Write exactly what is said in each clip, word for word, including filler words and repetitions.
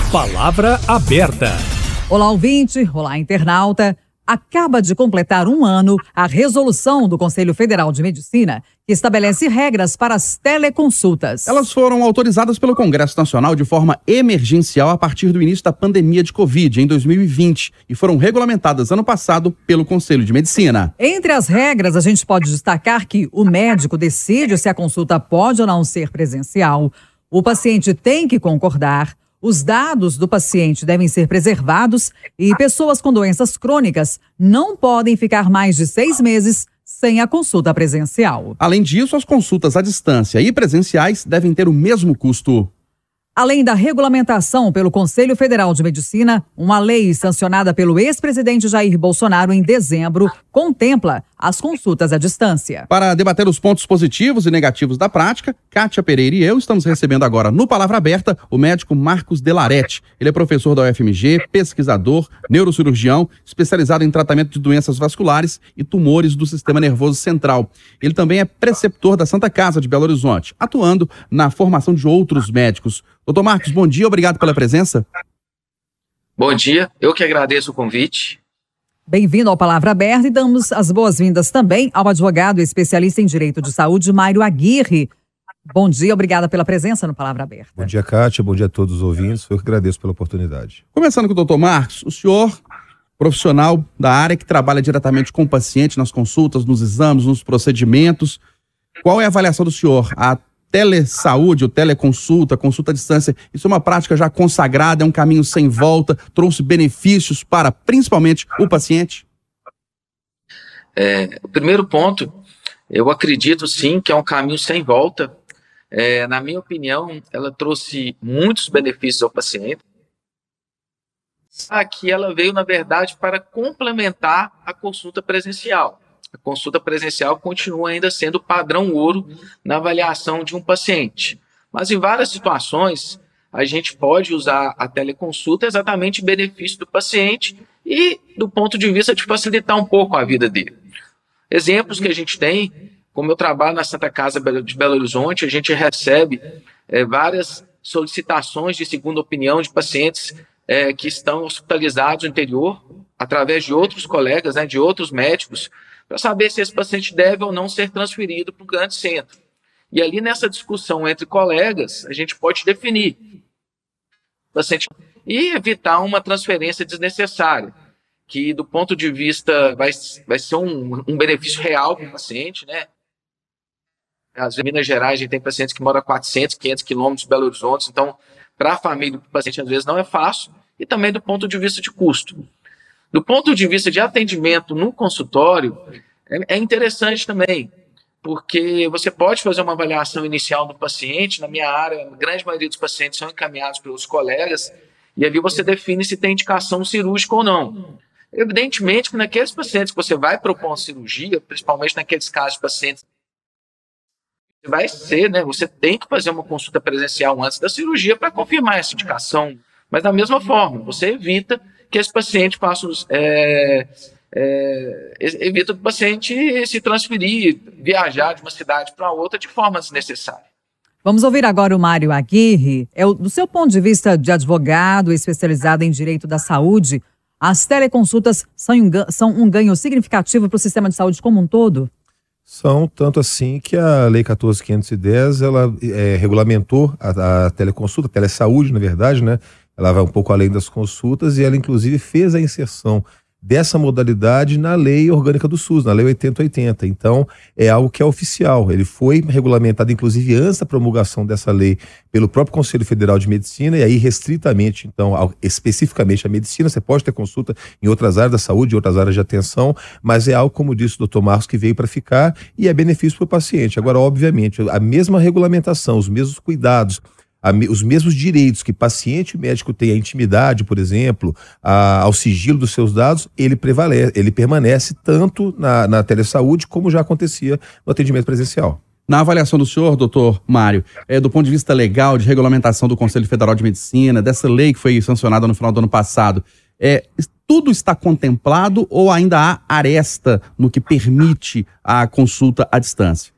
Palavra aberta. Olá, ouvinte. Olá, internauta. Acaba de completar um ano a resolução do Conselho Federal de Medicina que estabelece regras para as teleconsultas. Elas foram autorizadas pelo Congresso Nacional de forma emergencial a partir do início da pandemia de Covid, em dois mil e vinte, e foram regulamentadas ano passado pelo Conselho de Medicina. Entre as regras, a gente pode destacar que o médico decide se a consulta pode ou não ser presencial, o paciente tem que concordar, os dados do paciente devem ser preservados e pessoas com doenças crônicas não podem ficar mais de seis meses sem a consulta presencial. Além disso, as consultas à distância e presenciais devem ter o mesmo custo. Além da regulamentação pelo Conselho Federal de Medicina, uma lei sancionada pelo ex-presidente Jair Bolsonaro em dezembro contempla as consultas à distância. Para debater os pontos positivos e negativos da prática, Kátia Pereira e eu estamos recebendo agora no Palavra Aberta o médico Marcos Delarete. Ele é professor da U F M G, pesquisador, neurocirurgião, especializado em tratamento de doenças vasculares e tumores do sistema nervoso central. Ele também é preceptor da Santa Casa de Belo Horizonte, atuando na formação de outros médicos. Doutor Marcos, bom dia, obrigado pela presença. Bom dia, eu que agradeço o convite. Bem-vindo ao Palavra Aberta e damos as boas-vindas também ao advogado e especialista em Direito de Saúde, Mário Aguirre. Bom dia, obrigada pela presença no Palavra Aberta. Bom dia, Kátia, bom dia a todos os ouvintes, eu que agradeço pela oportunidade. Começando com o doutor Marcos, o senhor, profissional da área que trabalha diretamente com o paciente nas consultas, nos exames, nos procedimentos, qual é a avaliação do senhor? A telesaúde, ou teleconsulta, consulta à distância, isso é uma prática já consagrada, é um caminho sem volta, trouxe benefícios para, principalmente, o paciente? É, o primeiro ponto, eu acredito sim que é um caminho sem volta. É, na minha opinião, ela trouxe muitos benefícios ao paciente. Aqui ela veio, na verdade, para complementar a consulta presencial. A consulta presencial continua ainda sendo o padrão ouro na avaliação de um paciente. Mas em várias situações, a gente pode usar a teleconsulta exatamente em benefício do paciente e do ponto de vista de facilitar um pouco a vida dele. Exemplos que a gente tem, como eu trabalho na Santa Casa de Belo Horizonte, a gente recebe é, várias solicitações de segunda opinião de pacientes é, que estão hospitalizados no interior, através de outros colegas, né, de outros médicos, para saber se esse paciente deve ou não ser transferido para um grande centro. E ali nessa discussão entre colegas, a gente pode definir o paciente e evitar uma transferência desnecessária, que do ponto de vista vai, vai ser um, um benefício real para o paciente, né? Às vezes, em Minas Gerais, a gente tem pacientes que moram a quatrocentos, quinhentos quilômetros de Belo Horizonte, então, para a família do paciente, às vezes, não é fácil, e também do ponto de vista de custo. Do ponto de vista de atendimento no consultório, é interessante também, porque você pode fazer uma avaliação inicial do paciente. Na minha área, a grande maioria dos pacientes são encaminhados pelos colegas, e ali você define se tem indicação cirúrgica ou não. Evidentemente que naqueles pacientes que você vai propor uma cirurgia, principalmente naqueles casos de pacientes, vai ser, né, você tem que fazer uma consulta presencial antes da cirurgia para confirmar essa indicação. Mas da mesma forma, você evita que esse paciente faça, é, é, evita que o paciente se transferir, viajar de uma cidade para outra de forma desnecessária. Vamos ouvir agora o Mário Aguirre. É, do seu ponto de vista de advogado especializado em direito da saúde, as teleconsultas são um, são um ganho significativo para o sistema de saúde como um todo? São, tanto assim que a Lei quatorze mil quinhentos e dez, ela é, regulamentou a, a teleconsulta, a telesaúde, na verdade, né? Ela vai um pouco além das consultas e ela, inclusive, fez a inserção dessa modalidade na Lei Orgânica do SUS, na Lei oitenta oitenta. Então, é algo que é oficial. Ele foi regulamentado, inclusive, antes da promulgação dessa lei pelo próprio Conselho Federal de Medicina, e aí restritamente, então, ao, especificamente a medicina. Você pode ter consulta em outras áreas da saúde, em outras áreas de atenção, mas é algo, como disse o doutor Marcos, que veio para ficar e é benefício para o paciente. Agora, obviamente, a mesma regulamentação, os mesmos cuidados, os mesmos direitos que paciente e médico têm à intimidade, por exemplo, a, ao sigilo dos seus dados, ele prevalece, ele permanece tanto na, na telesaúde como já acontecia no atendimento presencial. Na avaliação do senhor, doutor Mário, é, do ponto de vista legal, de regulamentação do Conselho Federal de Medicina, dessa lei que foi sancionada no final do ano passado, é, tudo está contemplado ou ainda há aresta no que permite a consulta à distância?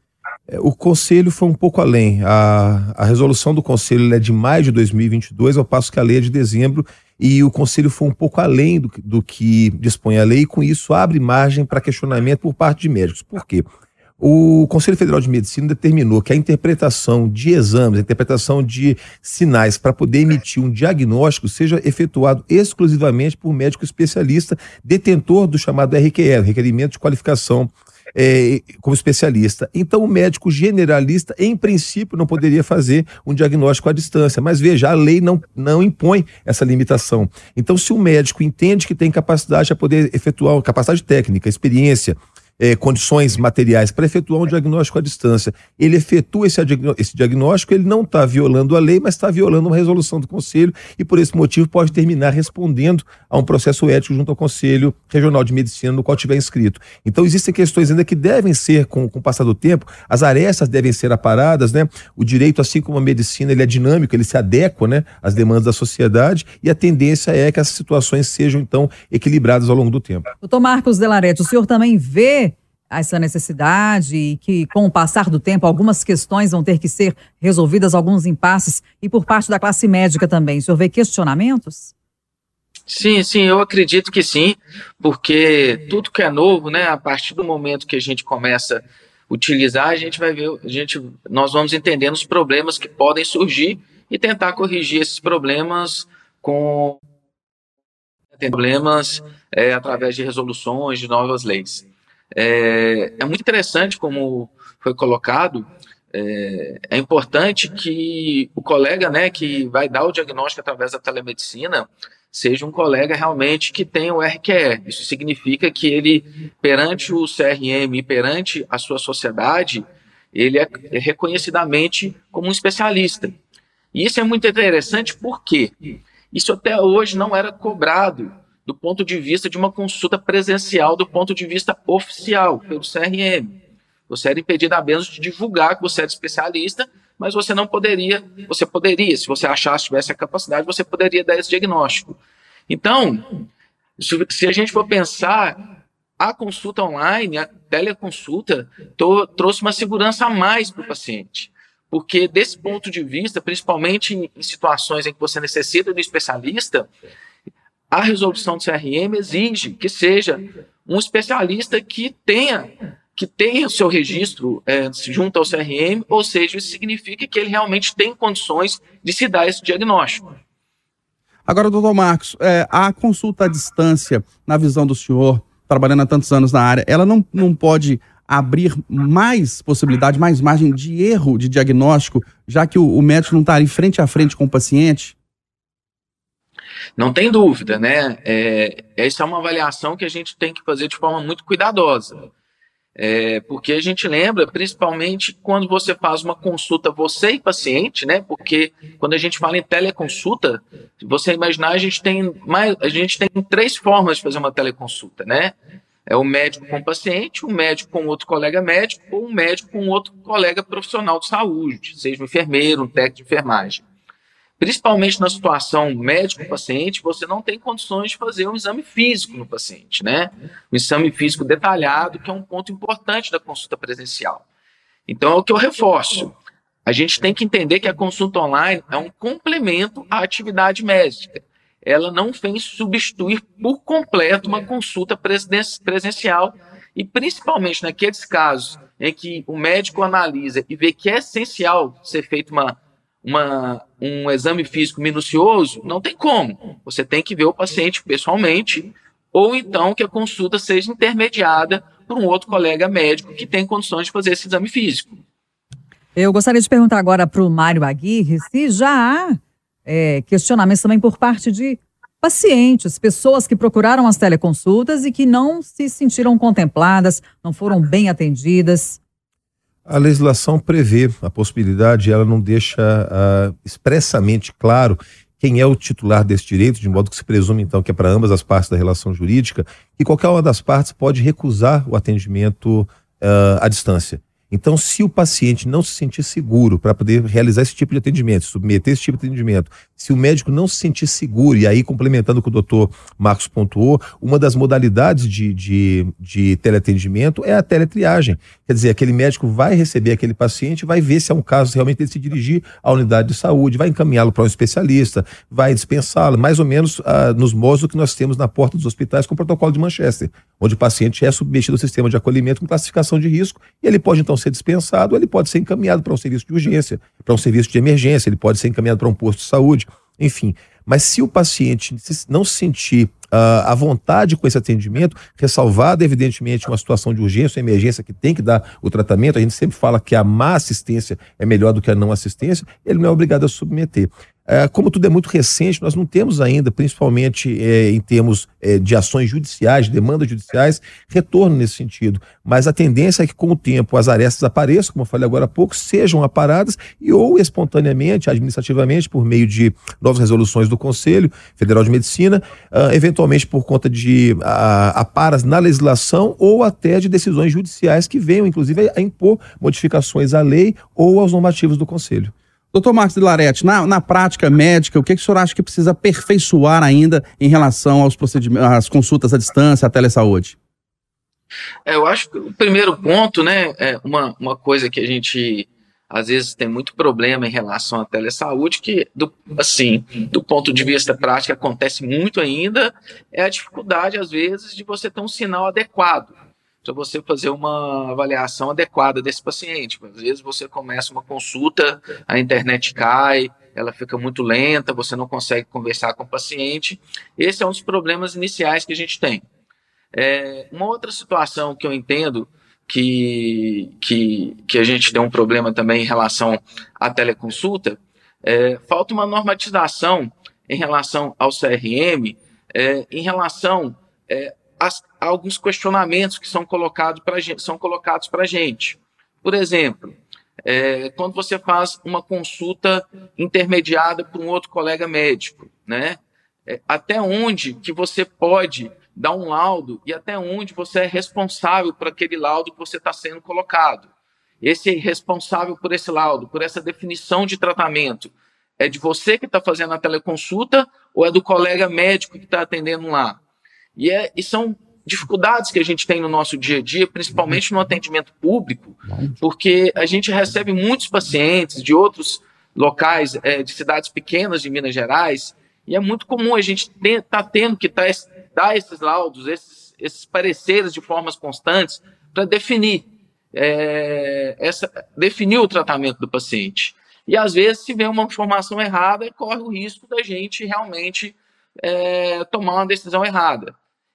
O Conselho foi um pouco além. A, a resolução do Conselho é de maio de dois mil e vinte e dois, ao passo que a lei é de dezembro, e o Conselho foi um pouco além do, do que dispõe a lei, e com isso abre margem para questionamento por parte de médicos. Por quê? O Conselho Federal de Medicina determinou que a interpretação de exames, a interpretação de sinais para poder emitir um diagnóstico seja efetuado exclusivamente por médico especialista, detentor do chamado R Q E, Requerimento de Qualificação É, como especialista. Então o médico generalista, em princípio, não poderia fazer um diagnóstico à distância, mas veja, a lei não, não impõe essa limitação. Então, se o médico entende que tem capacidade para poder efetuar, capacidade técnica, experiência, É, condições materiais para efetuar um diagnóstico à distância, ele efetua esse, esse diagnóstico, ele não está violando a lei, mas está violando uma resolução do Conselho, e por esse motivo pode terminar respondendo a um processo ético junto ao Conselho Regional de Medicina, no qual tiver inscrito. Então existem questões ainda que devem ser, com, com o passar do tempo, as arestas devem ser aparadas, né? O direito, assim como a medicina, ele é dinâmico, ele se adequa, né, às demandas da sociedade, e a tendência é que as situações sejam, então, equilibradas ao longo do tempo. Doutor Marcos Delarete, o senhor também vê essa necessidade e que, com o passar do tempo, algumas questões vão ter que ser resolvidas, alguns impasses, e por parte da classe médica também? O senhor vê questionamentos? Sim, sim, eu acredito que sim, porque tudo que é novo, né, a partir do momento que a gente começa a utilizar, a gente vai ver, a gente, nós vamos entendendo os problemas que podem surgir e tentar corrigir esses problemas com problemas é, através de resoluções, de novas leis. É, é muito interessante, como foi colocado, é, é importante que o colega, né, que vai dar o diagnóstico através da telemedicina seja um colega realmente que tenha o R Q E. Isso significa que ele, perante o C R M e perante a sua sociedade, ele é reconhecidamente como um especialista. E isso é muito interessante porque isso até hoje não era cobrado do ponto de vista de uma consulta presencial, do ponto de vista oficial, pelo C R M. Você era impedido apenas de divulgar que você era especialista, mas você não poderia, você poderia, se você achasse que tivesse a capacidade, você poderia dar esse diagnóstico. Então, se a gente for pensar, a consulta online, a teleconsulta, to, trouxe uma segurança a mais para o paciente. Porque, desse ponto de vista, principalmente em, em situações em que você necessita de um especialista, a resolução do C R M exige que seja um especialista que tenha, que tenha o seu registro é, junto ao C R M, ou seja, isso significa que ele realmente tem condições de se dar esse diagnóstico. Agora, doutor Marcos, é, a consulta à distância, na visão do senhor, trabalhando há tantos anos na área, ela não, não pode abrir mais possibilidade, mais margem de erro de diagnóstico, já que o, o médico não está ali frente a frente com o paciente? Não tem dúvida, né? É, essa é uma avaliação que a gente tem que fazer de forma muito cuidadosa. É, porque a gente lembra, principalmente quando você faz uma consulta, você e paciente, né? Porque quando a gente fala em teleconsulta, se você imaginar, a gente tem mais, a gente tem três formas de fazer uma teleconsulta, né? É o médico com o paciente, o médico com outro colega médico, ou um médico com outro colega profissional de saúde, seja um enfermeiro, um técnico de enfermagem. Principalmente na situação médico-paciente, você não tem condições de fazer um exame físico no paciente, né? Um exame físico detalhado, que é um ponto importante da consulta presencial. Então, é o que eu reforço. A gente tem que entender que a consulta online é um complemento à atividade médica. Ela não vem substituir por completo uma consulta presencial, e principalmente naqueles casos em que o médico analisa e vê que é essencial ser feita uma Uma, um exame físico minucioso, não tem como. Você tem que ver o paciente pessoalmente, ou então que a consulta seja intermediada por um outro colega médico que tem condições de fazer esse exame físico. Eu gostaria de perguntar agora para o Mário Aguirre se já há é, questionamentos também por parte de pacientes, pessoas que procuraram as teleconsultas e que não se sentiram contempladas, não foram bem atendidas. A legislação prevê a possibilidade, ela não deixa uh, expressamente claro quem é o titular desse direito, de modo que se presume, então, que é para ambas as partes da relação jurídica, que qualquer uma das partes pode recusar o atendimento uh, à distância. Então, se o paciente não se sentir seguro para poder realizar esse tipo de atendimento, submeter esse tipo de atendimento, se o médico não se sentir seguro, e aí complementando o que o doutor Marcos pontuou, uma das modalidades de, de, de teleatendimento é a teletriagem. Quer dizer, aquele médico vai receber aquele paciente, vai ver se é um caso realmente ele se dirigir à unidade de saúde, vai encaminhá-lo para um especialista, vai dispensá-lo, mais ou menos ah, nos modos que nós temos na porta dos hospitais com o protocolo de Manchester, onde o paciente é submetido ao sistema de acolhimento com classificação de risco, e ele pode então ser dispensado, ou ele pode ser encaminhado para um serviço de urgência, para um serviço de emergência, ele pode ser encaminhado para um posto de saúde, enfim. Mas se o paciente não se sentir uh, à vontade com esse atendimento, ressalvado evidentemente uma situação de urgência ou emergência que tem que dar o tratamento, a gente sempre fala que a má assistência é melhor do que a não assistência, ele não é obrigado a submeter. Uh, como tudo é muito recente, nós não temos ainda, principalmente eh, em termos eh, de ações judiciais, de demandas judiciais, retorno nesse sentido. Mas a tendência é que com o tempo as arestas apareçam, como eu falei agora há pouco, sejam aparadas e ou espontaneamente, administrativamente, por meio de novas resoluções do Conselho Federal de Medicina, uh, eventualmente por conta de uh, aparas na legislação ou até de decisões judiciais que venham, inclusive, a impor modificações à lei ou aos normativos do Conselho. Doutor Marcos Delarete, na, na prática médica, o que, que o senhor acha que precisa aperfeiçoar ainda em relação aos procedimentos, às consultas à distância, à telesaúde? É, eu acho que o primeiro ponto, né, é uma, uma coisa que a gente às vezes tem muito problema em relação à telesaúde, que, do, assim, do ponto de vista prático, acontece muito ainda, é a dificuldade, às vezes, de você ter um sinal adequado para você fazer uma avaliação adequada desse paciente. Às vezes você começa uma consulta, a internet cai, ela fica muito lenta, você não consegue conversar com o paciente. Esse é um dos problemas iniciais que a gente tem. É, uma outra situação que eu entendo que, que, que a gente tem um problema também em relação à teleconsulta, é, falta uma normatização em relação ao C R M, é, em relação é, As, alguns questionamentos que são colocados para são colocados para a gente. Por exemplo, é, quando você faz uma consulta intermediada por um outro colega médico, né? É, até onde que você pode dar um laudo e até onde você é responsável por aquele laudo que você está sendo colocado. Esse responsável por esse laudo, por essa definição de tratamento, é de você que está fazendo a teleconsulta ou é do colega médico que está atendendo lá? E, é, e são dificuldades que a gente tem no nosso dia a dia, principalmente no atendimento público, porque a gente recebe muitos pacientes de outros locais, é, de cidades pequenas de Minas Gerais, e é muito comum a gente estar tá tendo que tá, dar esses laudos, esses, esses pareceres de formas constantes para definir, é, essa, definir o tratamento do paciente. E às vezes, se vem uma informação errada, corre o risco da gente realmente é, tomar uma decisão errada.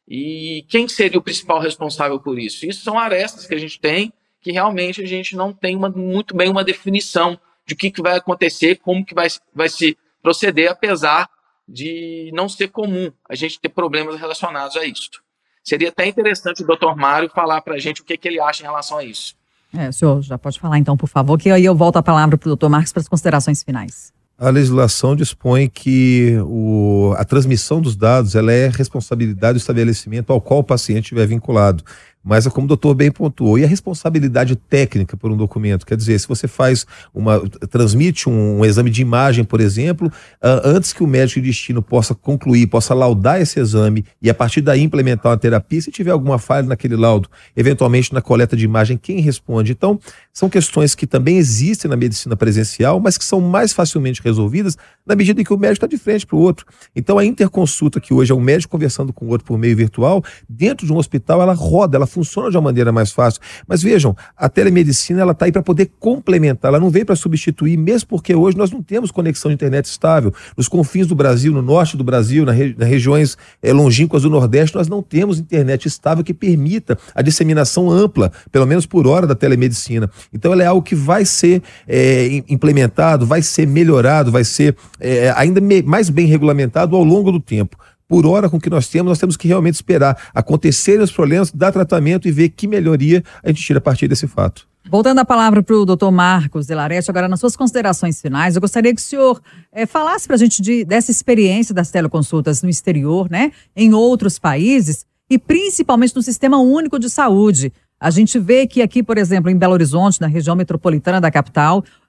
E quem seria o principal responsável por isso? Isso são arestas que a gente tem, que realmente a gente não tem uma, muito bem uma definição de o que, que vai acontecer, como que vai, vai se proceder, apesar de não ser comum a gente ter problemas relacionados a isso. Seria até interessante o doutor Mário falar para a gente o que, que ele acha em relação a isso. É, o senhor já pode falar então, por favor, que aí eu volto a palavra para o doutor Marcos para as considerações finais. A legislação dispõe que o, a transmissão dos dados ela é responsabilidade do estabelecimento ao qual o paciente estiver vinculado. Mas é como o doutor bem pontuou, e a responsabilidade técnica por um documento? Quer dizer, se você faz uma, transmite um, um exame de imagem, por exemplo, uh, antes que o médico de destino possa concluir, possa laudar esse exame e a partir daí implementar uma terapia, se tiver alguma falha naquele laudo, eventualmente na coleta de imagem, quem responde? Então, são questões que também existem na medicina presencial, mas que são mais facilmente resolvidas na medida em que o médico está de frente para o outro. Então, a interconsulta, que hoje é um médico conversando com o outro por meio virtual, dentro de um hospital, ela roda, ela funciona de uma maneira mais fácil. Mas vejam, a telemedicina ela está aí para poder complementar, ela não veio para substituir, mesmo porque hoje nós não temos conexão de internet estável. Nos confins do Brasil, no norte do Brasil, na regi- nas regiões é, longínquas do Nordeste, nós não temos internet estável que permita a disseminação ampla, pelo menos por hora, da telemedicina. Então ela é algo que vai ser é, implementado, vai ser melhorado, vai ser é, ainda me- mais bem regulamentado ao longo do tempo. Por hora, com o que nós temos, nós temos que realmente esperar acontecerem os problemas, dar tratamento e ver que melhoria a gente tira a partir desse fato. Voltando a palavra para o doutor Marcos Delarete, agora nas suas considerações finais, eu gostaria que o senhor é, falasse para a gente de, dessa experiência das teleconsultas no exterior, né, em outros países e principalmente no Sistema Único de Saúde. A gente vê que aqui, por exemplo, em Belo Horizonte, na região metropolitana da capital,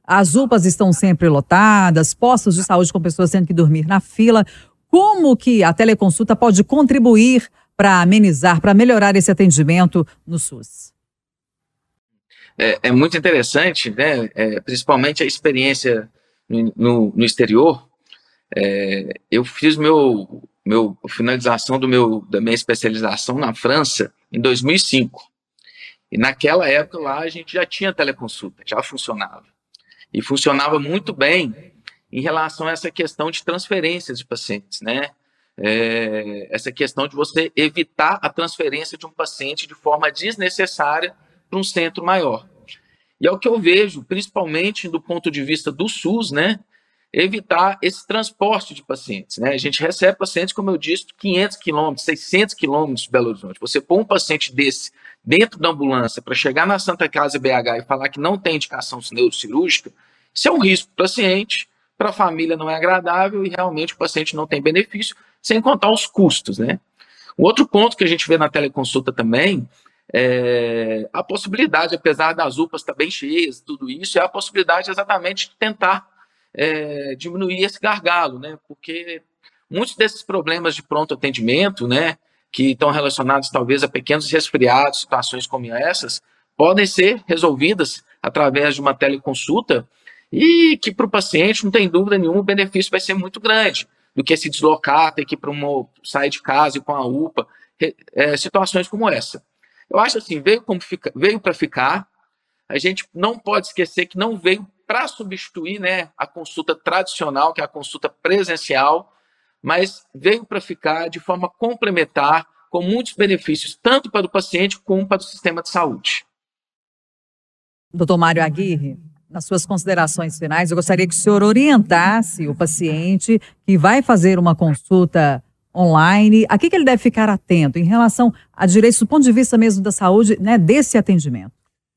as U P As estão sempre lotadas, postos de saúde com pessoas tendo que dormir na fila. Como que a teleconsulta pode contribuir para amenizar, para melhorar esse atendimento no SUS? É, é muito interessante, né? É, principalmente a experiência no, no, no exterior. É, eu fiz meu, meu finalização do meu, da minha especialização na França em dois mil e cinco. E naquela época lá a gente já tinha teleconsulta, já funcionava. E funcionava muito bem em relação a essa questão de transferências de pacientes, né? É, essa questão de você evitar a transferência de um paciente de forma desnecessária para um centro maior. E é o que eu vejo, principalmente do ponto de vista do SUS, né? Evitar esse transporte de pacientes, né? A gente recebe pacientes, como eu disse, quinhentos quilômetros, seiscentos quilômetros de Belo Horizonte. Você pôr um paciente desse dentro da ambulância para chegar na Santa Casa B H e falar que não tem indicação neurocirúrgica, isso é um risco para o paciente, para a família não é agradável e realmente o paciente não tem benefício, sem contar os custos, né? Um outro ponto que a gente vê na teleconsulta também é a possibilidade, apesar das U P As estar bem cheias, tudo isso, é a possibilidade exatamente de tentar é, diminuir esse gargalo, né? Porque muitos desses problemas de pronto atendimento, né, que estão relacionados talvez a pequenos resfriados, situações como essas, podem ser resolvidas através de uma teleconsulta e que para o paciente, não tem dúvida nenhuma, o benefício vai ser muito grande do que se deslocar, ter que ir para uma, sair de casa e com a U P A, é, situações como essa. Eu acho assim, veio, como fica, veio para ficar, a gente não pode esquecer que não veio para substituir, né, a consulta tradicional, que é a consulta presencial, mas veio para ficar de forma complementar, com muitos benefícios, tanto para o paciente como para o sistema de saúde. Doutor Mário Aguirre, nas suas considerações finais, eu gostaria que o senhor orientasse o paciente que vai fazer uma consulta online, a que, que ele deve ficar atento em relação a direitos do ponto de vista mesmo da saúde, né, desse atendimento.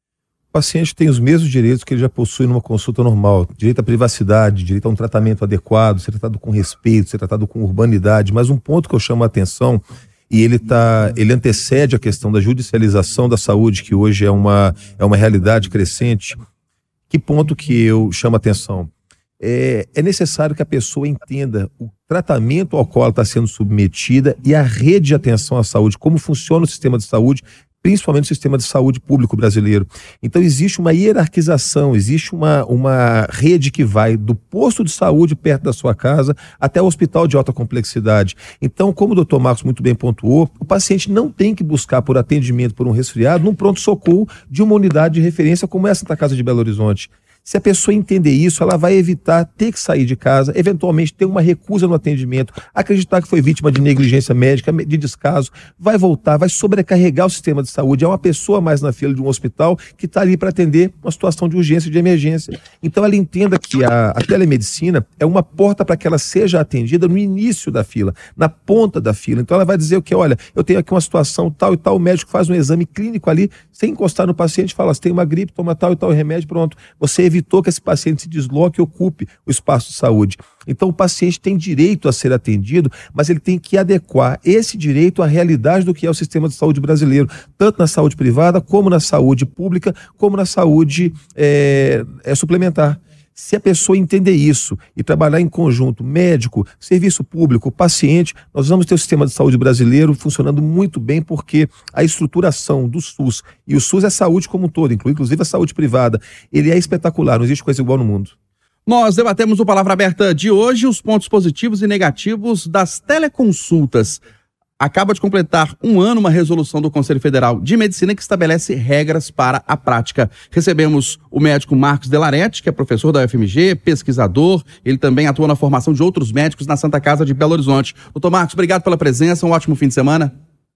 O paciente tem os mesmos direitos que ele já possui numa consulta normal, direito à privacidade, direito a um tratamento adequado, ser tratado com respeito, ser tratado com urbanidade, mas um ponto que eu chamo a atenção, e ele, tá, ele antecede a questão da judicialização da saúde, que hoje é uma, é uma realidade crescente. Que ponto que eu chamo a atenção? É, é necessário que a pessoa entenda o tratamento ao qual ela está sendo submetida e a rede de atenção à saúde, como funciona o sistema de saúde, principalmente o sistema de saúde público brasileiro. Então existe uma hierarquização, existe uma, uma rede que vai do posto de saúde perto da sua casa até o hospital de alta complexidade. Então, como o doutor Marcos muito bem pontuou, o paciente não tem que buscar por atendimento por um resfriado num pronto-socorro de uma unidade de referência como essa da Casa de Belo Horizonte. Se a pessoa entender isso, ela vai evitar ter que sair de casa, eventualmente ter uma recusa no atendimento, acreditar que foi vítima de negligência médica, de descaso, vai voltar, vai sobrecarregar o sistema de saúde. É uma pessoa mais na fila de um hospital que está ali para atender uma situação de urgência, de emergência. Então ela entenda que a, a telemedicina é uma porta para que ela seja atendida no início da fila, na ponta da fila. Então ela vai dizer o que, olha, eu tenho aqui uma situação tal e tal, o médico faz um exame clínico ali, sem encostar no paciente, fala, você tem uma gripe, toma tal e tal remédio, pronto. Você evita evitou que esse paciente se desloque e ocupe o espaço de saúde. Então o paciente tem direito a ser atendido, mas ele tem que adequar esse direito à realidade do que é o sistema de saúde brasileiro, tanto na saúde privada, como na saúde pública, como na saúde é, é, suplementar. Se a pessoa entender isso e trabalhar em conjunto, médico, serviço público, paciente, nós vamos ter o sistema de saúde brasileiro funcionando muito bem, porque a estruturação do SUS, e o SUS é saúde como um todo, inclusive a saúde privada, ele é espetacular, não existe coisa igual no mundo. Nós debatemos o Palavra Aberta de hoje, os pontos positivos e negativos das teleconsultas. Acaba de completar um ano uma resolução do Conselho Federal de Medicina que estabelece regras para a prática. Recebemos o médico Marcos Delarete, que é professor da U F M G, pesquisador. Ele também atua na formação de outros médicos na Santa Casa de Belo Horizonte. Doutor Marcos, obrigado pela presença, um ótimo fim de semana.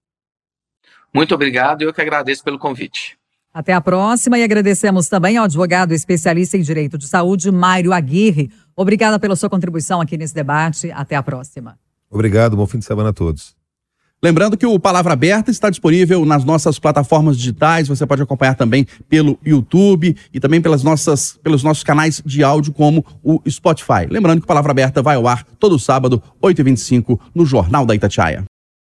Muito obrigado, eu que agradeço pelo convite. Até a próxima e agradecemos também ao advogado especialista em Direito de Saúde, Mário Aguirre. Obrigada pela sua contribuição aqui nesse debate. Até a próxima. Obrigado, bom fim de semana a todos. Lembrando que o Palavra Aberta está disponível nas nossas plataformas digitais, você pode acompanhar também pelo YouTube e também pelas nossas, pelos nossos canais de áudio como o Spotify. Lembrando que o Palavra Aberta vai ao ar todo sábado, oito e vinte e cinco, no Jornal da Itatiaia.